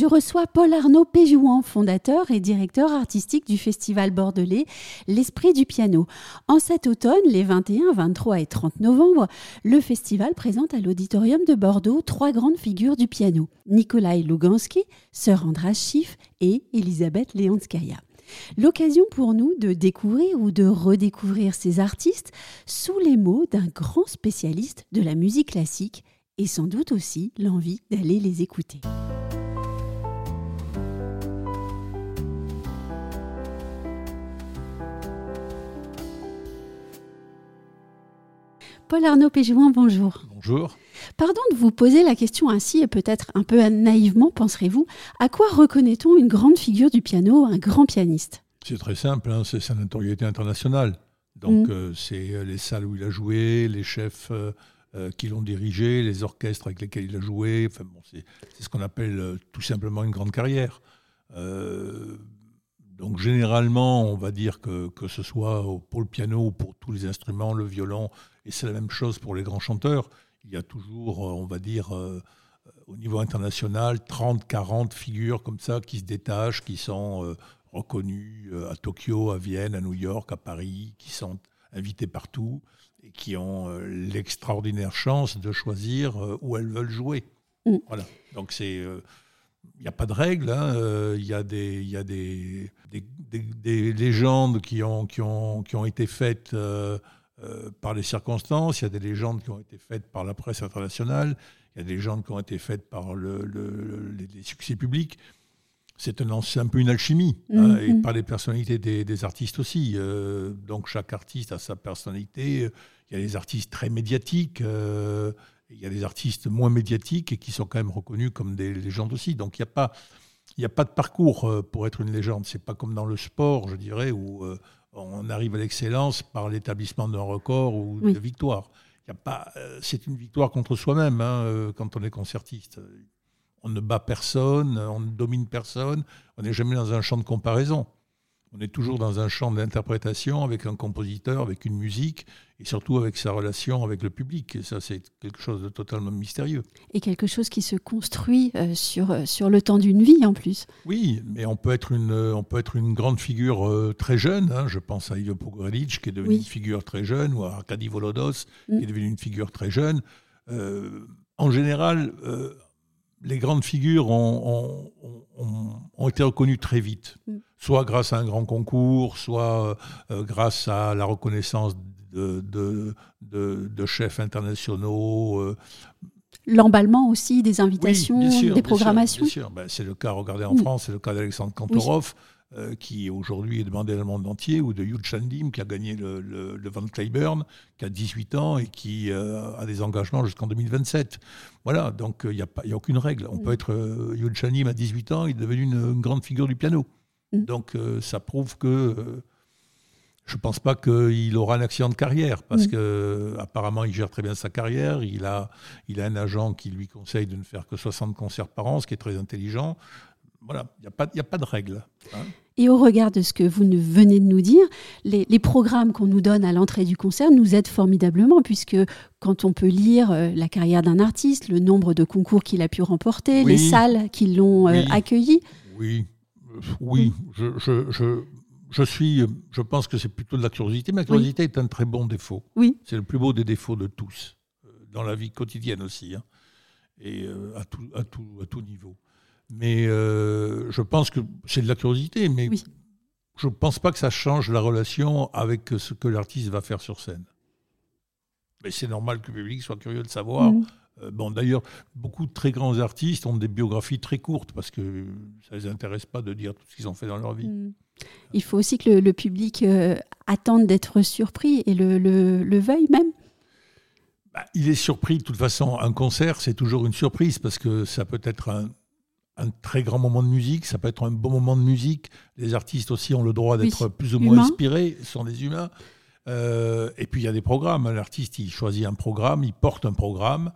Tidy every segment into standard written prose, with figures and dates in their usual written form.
Je reçois Paul-Arnaud Péjouan, fondateur et directeur artistique du festival bordelais L'Esprit du piano. En cet automne, les 21, 23 et 30 novembre, le festival présente à l'Auditorium de Bordeaux 3 grandes figures du piano. Nikolai Luganski, Sir Andras Schiff et Elisabeth Leonskaya. L'occasion pour nous de découvrir ou de redécouvrir ces artistes sous les mots d'un grand spécialiste de la musique classique et sans doute aussi l'envie d'aller les écouter. Paul-Arnaud Péjouan, bonjour. Bonjour. Pardon de vous poser la question ainsi et peut-être un peu naïvement, penserez-vous, à quoi reconnaît-on une grande figure du piano, un grand pianiste ? C'est très simple, c'est sa notoriété internationale. Donc c'est les salles où il a joué, les chefs qui l'ont dirigé, les orchestres avec lesquels il a joué. Enfin, bon, c'est ce qu'on appelle tout simplement une grande carrière. Donc généralement, on va dire que ce soit pour le piano ou pour tous les instruments, le violon, et c'est la même chose pour les grands chanteurs. Il y a toujours, on va dire, au niveau international, 30, 40 figures comme ça qui se détachent, qui sont reconnues à Tokyo, à Vienne, à New York, à Paris, qui sont invitées partout et qui ont l'extraordinaire chance de choisir où elles veulent jouer. Voilà. Donc il n'y a pas de règle. Il y a des légendes qui ont été faites par les circonstances. Il y a des légendes qui ont été faites par la presse internationale. Il y a des légendes qui ont été faites par les succès publics. C'est un peu une alchimie, et par les personnalités des artistes aussi. Donc chaque artiste a sa personnalité. Il y a des artistes très médiatiques. Il y a des artistes moins médiatiques et qui sont quand même reconnus comme des légendes aussi. Donc il n'y a pas de parcours pour être une légende. C'est pas comme dans le sport, je dirais, où on arrive à l'excellence par l'établissement d'un record ou de victoire. C'est une victoire contre soi-même quand on est concertiste. On ne bat personne, on ne domine personne. On n'est jamais dans un champ de comparaison. On est toujours dans un champ d'interprétation avec un compositeur, avec une musique et surtout avec sa relation avec le public. Et ça, c'est quelque chose de totalement mystérieux. Et quelque chose qui se construit sur le temps d'une vie en plus. Oui, mais on peut être une grande figure très jeune. Je pense à Ivo Pogorelic qui est devenu une figure très jeune, ou à Arkady Volodos qui est devenu une figure très jeune. En général, les grandes figures ont été reconnues très vite, soit grâce à un grand concours, soit grâce à la reconnaissance de chefs internationaux. L'emballement aussi des invitations, des programmations. Bien sûr. C'est le cas, regardez en France, c'est le cas d'Alexandre Kantorov, qui aujourd'hui est demandé dans le monde entier, ou de Yud Chandim, qui a gagné le Van Cliburn, qui a 18 ans et qui a des engagements jusqu'en 2027. Voilà, donc il n'y a aucune règle. On peut être Yud Chandim à 18 ans, il est devenu une grande figure du piano. Donc ça prouve que je ne pense pas qu'il aura un accident de carrière, parce qu'apparemment il gère très bien sa carrière. Il a un agent qui lui conseille de ne faire que 60 concerts par an, ce qui est très intelligent. Voilà, il n'y a pas de règle. Et au regard de ce que vous venez de nous dire, les programmes qu'on nous donne à l'entrée du concert nous aident formidablement, puisque quand on peut lire la carrière d'un artiste, le nombre de concours qu'il a pu remporter, les salles qui l'ont accueilli. Oui. Je pense que c'est plutôt de la curiosité, mais la curiosité est un très bon défaut. Oui. C'est le plus beau des défauts de tous, dans la vie quotidienne aussi, et à tout niveau. Mais je pense que c'est de la curiosité, mais je ne pense pas que ça change la relation avec ce que l'artiste va faire sur scène. Mais c'est normal que le public soit curieux de savoir. D'ailleurs, beaucoup de très grands artistes ont des biographies très courtes parce que ça ne les intéresse pas de dire tout ce qu'ils ont fait dans leur vie. Il faut aussi que le public attende d'être surpris et le veuille même. Il est surpris. De toute façon, un concert, c'est toujours une surprise parce que ça peut être un très grand moment de musique, ça peut être un bon moment de musique. Les artistes aussi ont le droit d'être plus ou moins inspirés, ce sont des humains. Et puis il y a des programmes. L'artiste, il choisit un programme, il porte un programme,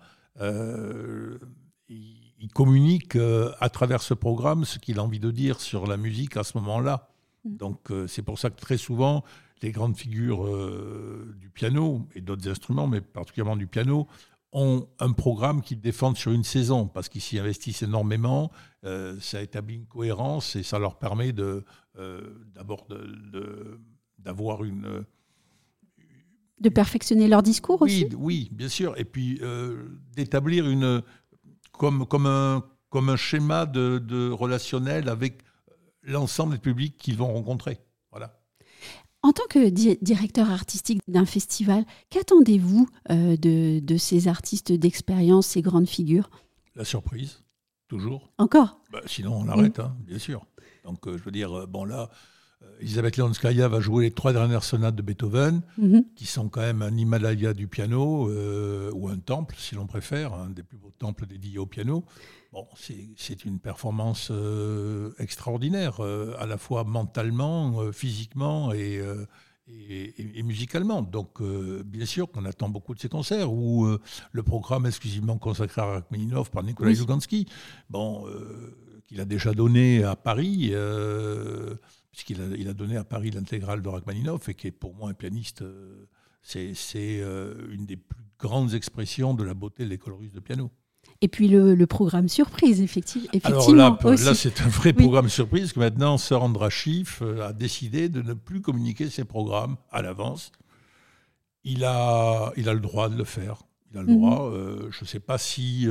il communique à travers ce programme ce qu'il a envie de dire sur la musique à ce moment-là. Donc c'est pour ça que très souvent, les grandes figures du piano et d'autres instruments, mais particulièrement du piano, ont un programme qu'ils défendent sur une saison, parce qu'ils s'y investissent énormément, ça établit une cohérence et ça leur permet d'abord d'avoir une... De perfectionner leur discours aussi. Oui, bien sûr. Et puis d'établir comme un schéma de relationnel avec l'ensemble des publics qu'ils vont rencontrer. Voilà. En tant que directeur artistique d'un festival, qu'attendez-vous de ces artistes d'expérience, ces grandes figures ? La surprise, toujours. Encore ? Sinon, on arrête, bien sûr. Donc, je veux dire, là, Elisabeth Leonskaya va jouer les 3 dernières sonates de Beethoven, qui sont quand même un Himalaya du piano, ou un temple, si l'on préfère, un des plus beaux temples dédiés au piano. Bon, c'est une performance extraordinaire, à la fois mentalement, physiquement et musicalement. Donc, bien sûr qu'on attend beaucoup de ces concerts, ou le programme exclusivement consacré à Rachmaninov par Nikolai Lougansky, qu'il a déjà donné à Paris, puisqu'il a donné à Paris l'intégrale de Rachmaninov, et qui est pour moi un pianiste, c'est une des plus grandes expressions de la beauté de l'école russe de piano. Et puis le programme surprise, effectivement. Alors là, c'est un vrai programme surprise, parce que maintenant, Sir Andrashif a décidé de ne plus communiquer ses programmes à l'avance. Il a le droit de le faire. Il a le droit. Je ne sais pas si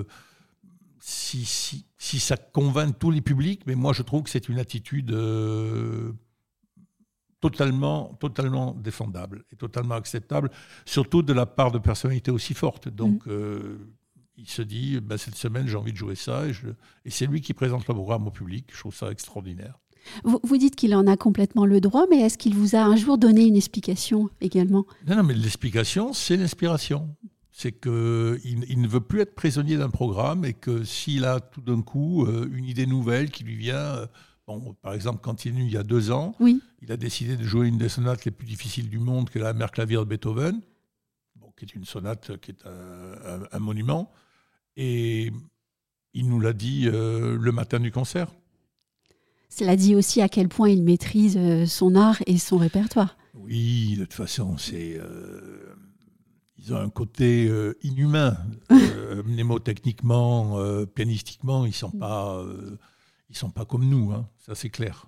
ça convainc tous les publics, mais moi, je trouve que c'est une attitude totalement défendable et totalement acceptable, surtout de la part de personnalités aussi fortes. Donc, il se dit, cette semaine, j'ai envie de jouer ça, et c'est lui qui présente le programme au public. Je trouve ça extraordinaire. Vous dites qu'il en a complètement le droit, mais est-ce qu'il vous a un jour donné une explication également ? Non, mais l'explication, c'est l'inspiration. C'est qu'il ne veut plus être prisonnier d'un programme, et que s'il a tout d'un coup une idée nouvelle qui lui vient... par exemple, quand il est venu il y a 2 ans, il a décidé de jouer une des sonates les plus difficiles du monde, qui est la Merklavier de Beethoven, qui est une sonate qui est un monument. Et il nous l'a dit le matin du concert. Cela dit aussi à quel point il maîtrise son art et son répertoire. Oui, de toute façon, ils ont un côté inhumain. Mnémotechniquement, pianistiquement, ils sont pas comme nous, ça c'est clair.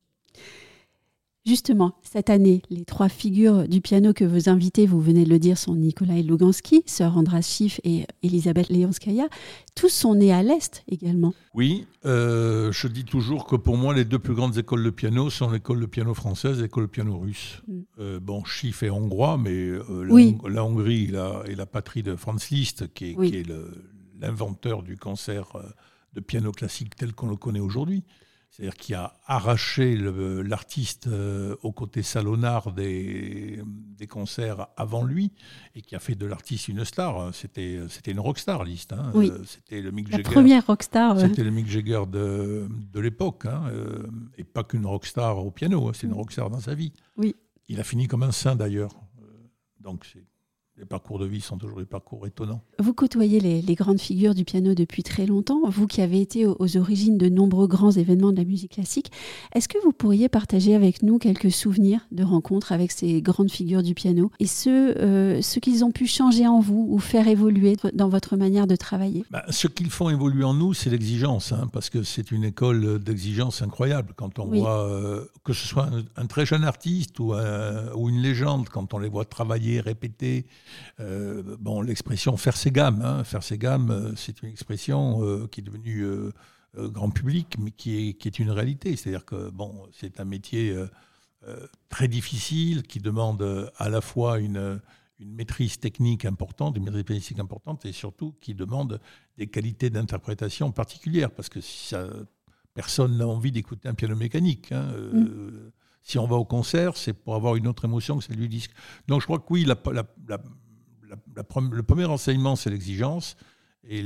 Justement, cette année, les 3 figures du piano que vous invitez, vous venez de le dire, sont Nikolai Lougansky, Sir Andrashif et Elisabeth Leonskaya. Tous sont nés à l'Est également. Oui, je dis toujours que pour moi, les 2 plus grandes écoles de piano sont l'école de piano française et l'école de piano russe. Schiff est hongrois, mais la Hongrie est la patrie de Franz Liszt, qui est l'inventeur du concert de piano classique tel qu'on le connaît aujourd'hui. C'est-à-dire qui a arraché l'artiste au côté salonnard des concerts avant lui, et qui a fait de l'artiste une star. C'était une rockstar, Liszt. C'était le Mick Jagger. La première rockstar. C'était le Mick Jagger de l'époque. Et pas qu'une rockstar au piano, c'est une rockstar dans sa vie. Oui. Il a fini comme un saint, d'ailleurs. Donc, les parcours de vie sont toujours des parcours étonnants. Vous côtoyez les grandes figures du piano depuis très longtemps, vous qui avez été aux origines de nombreux grands événements de la musique classique. Est-ce que vous pourriez partager avec nous quelques souvenirs de rencontres avec ces grandes figures du piano et ce qu'ils ont pu changer en vous ou faire évoluer dans votre manière de travailler ? Ce qu'ils font évoluer en nous, c'est l'exigence, parce que c'est une école d'exigence incroyable. Quand on voit, que ce soit un très jeune artiste ou une légende, quand on les voit travailler, répéter, l'expression faire ses gammes, c'est une expression qui est devenue grand public, mais qui est une réalité. C'est-à-dire que c'est un métier très difficile, qui demande à la fois une maîtrise technique importante, une maîtrise pianistique importante, et surtout qui demande des qualités d'interprétation particulières, parce que personne n'a envie d'écouter un piano mécanique. Si on va au concert, c'est pour avoir une autre émotion que celle du disque. Donc je crois que oui, le premier enseignement, c'est l'exigence, et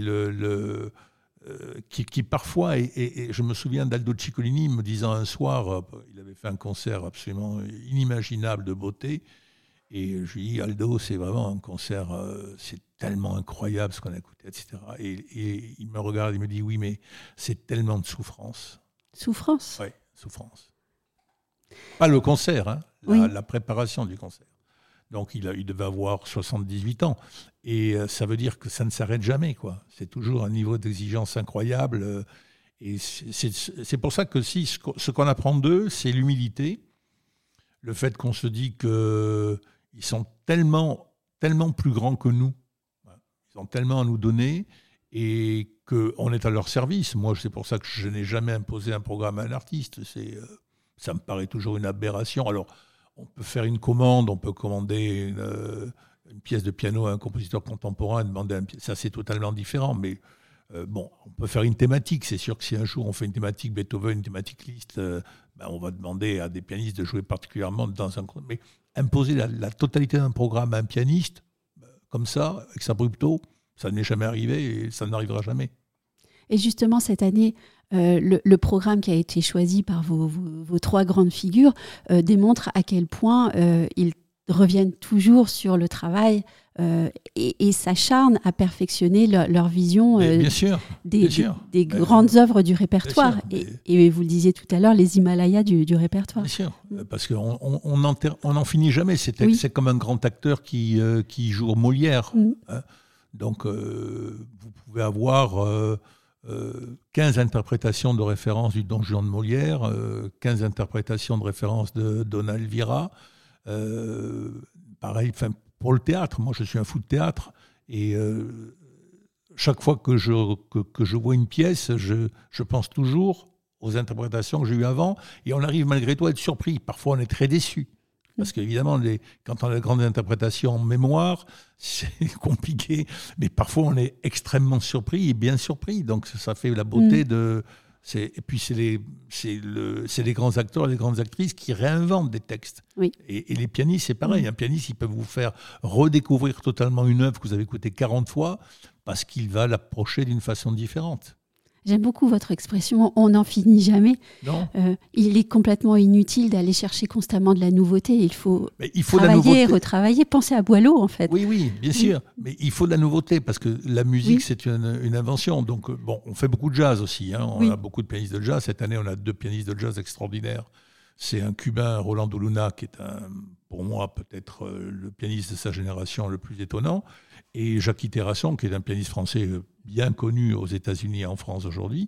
qui parfois, et je me souviens d'Aldo Ciccolini me disant un soir, il avait fait un concert absolument inimaginable de beauté, et je lui dis, Aldo, c'est vraiment un concert, c'est tellement incroyable ce qu'on a écouté, etc. Et il me regarde, il me dit, oui, mais c'est tellement de souffrance. Souffrance ? Oui, souffrance. Pas le concert, la préparation du concert. Donc il devait avoir 78 ans. Et ça veut dire que ça ne s'arrête jamais, quoi. C'est toujours un niveau d'exigence incroyable. Et c'est pour ça que ce qu'on apprend d'eux, c'est l'humilité. Le fait qu'on se dit qu'ils sont tellement plus grands que nous. Ils ont tellement à nous donner et qu'on est à leur service. Moi, c'est pour ça que je n'ai jamais imposé un programme à un artiste. Ça me paraît toujours une aberration. Alors, on peut faire une commande, on peut commander une pièce de piano à un compositeur contemporain, ça c'est totalement différent. Mais on peut faire une thématique. C'est sûr que si un jour on fait une thématique Beethoven, une thématique Liszt, on va demander à des pianistes de jouer particulièrement dans un... Mais imposer la totalité d'un programme à un pianiste, comme ça, avec sa brupto, ça n'est jamais arrivé et ça n'arrivera jamais. Et justement, cette année, le programme qui a été choisi par vos trois grandes figures démontre à quel point ils reviennent toujours sur le travail et s'acharnent à perfectionner leur vision des grandes œuvres du répertoire. Et vous le disiez tout à l'heure, les Himalayas du répertoire. Bien sûr, parce qu'on n'en finit jamais. C'est comme un grand acteur qui joue Molière. Hein. Donc, vous pouvez avoir 15 interprétations de référence du Don Juan de Molière, 15 interprétations de référence de Donna Elvira. Pareil, pour le théâtre, moi je suis un fou de théâtre et chaque fois que je vois une pièce, je pense toujours aux interprétations que j'ai eues avant et on arrive malgré tout à être surpris. Parfois on est très déçu parce qu'évidemment quand on a de grandes interprétations en mémoire, c'est compliqué, mais parfois on est extrêmement surpris et bien surpris, donc ça fait la beauté de... Et puis c'est les grands acteurs et les grandes actrices qui réinventent des textes. Oui. Et les pianistes, c'est pareil. Un pianiste, il peut vous faire redécouvrir totalement une œuvre que vous avez écoutée 40 fois parce qu'il va l'approcher d'une façon différente. J'aime beaucoup votre expression « on n'en finit jamais ». Il est complètement inutile d'aller chercher constamment de la nouveauté. Il faut travailler, retravailler, penser à Boileau en fait. Oui, bien sûr. Mais il faut de la nouveauté parce que la musique, c'est une invention. Donc, on fait beaucoup de jazz aussi. Hein. On a beaucoup de pianistes de jazz. Cette année, on a 2 pianistes de jazz extraordinaires. C'est un Cubain, Rolando Luna, qui est pour moi peut-être le pianiste de sa génération le plus étonnant. Et Jackie Terrasson, qui est un pianiste français bien connu aux États-Unis et en France aujourd'hui.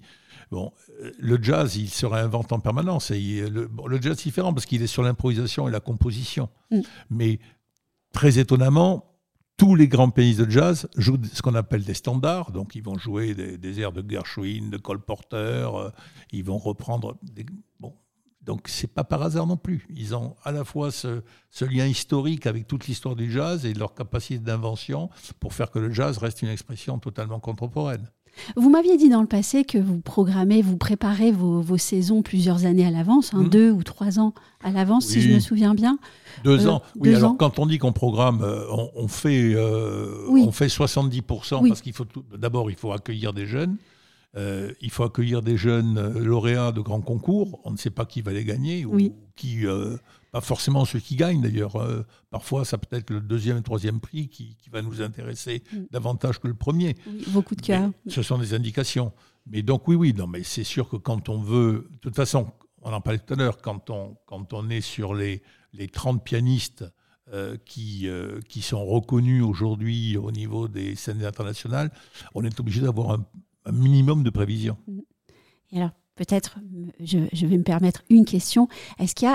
Le jazz, il se réinvente en permanence. Et le jazz est différent parce qu'il est sur l'improvisation et la composition. Mais très étonnamment, tous les grands pianistes de jazz jouent ce qu'on appelle des standards. Donc, ils vont jouer des airs de Gershwin, de Cole Porter. Ils vont reprendre Donc, ce n'est pas par hasard non plus. Ils ont à la fois ce lien historique avec toute l'histoire du jazz et leur capacité d'invention pour faire que le jazz reste une expression totalement contemporaine. Vous m'aviez dit dans le passé que vous préparez vos saisons plusieurs années à l'avance, 2 ou 3 ans à l'avance, si je me souviens bien. 2 ans. Oui, 2 ans. Quand on dit qu'on programme, on fait 70% parce qu'il faut d'abord il faut accueillir des jeunes. Il faut accueillir des jeunes lauréats de grands concours. On ne sait pas qui va les gagner ou qui, pas forcément ceux qui gagnent d'ailleurs. Parfois, ça peut être le 2e et 3e prix qui va nous intéresser davantage que le premier. Vos coups de cœur. Ce sont des indications. Mais donc mais c'est sûr que quand on veut, de toute façon, on en parlait tout à l'heure, quand on est sur les 30 pianistes qui sont reconnus aujourd'hui au niveau des scènes internationales, on est obligé d'avoir un minimum de prévision. Et alors, peut-être, je vais me permettre une question. Est-ce qu'il y a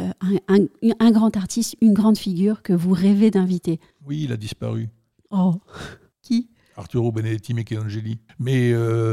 un grand artiste, une grande figure que vous rêvez d'inviter ? Oui, il a disparu. Oh, qui ? Arturo Benedetti Michelangeli. Mais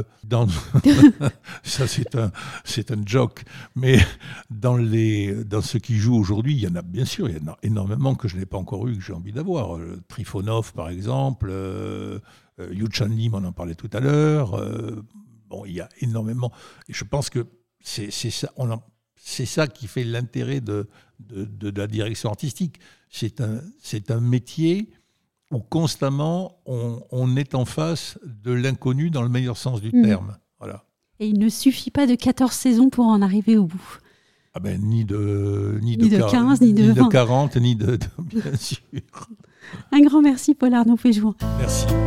ça, c'est un joke. Mais dans ceux qui jouent aujourd'hui, il y en a bien sûr, il y en a énormément que je n'ai pas encore eu, que j'ai envie d'avoir. Trifonov, par exemple. Yu Chun-Lim, on en parlait tout à l'heure. Il y a énormément. Et je pense que c'est ça qui fait l'intérêt de la direction artistique. C'est un métier où constamment on est en face de l'inconnu dans le meilleur sens du terme. Voilà. Et il ne suffit pas de 14 saisons pour en arriver au bout. Ni de 15, ni de 20. 40, ni de bien sûr. Un grand merci Paul Arnaud Péjouan. Merci.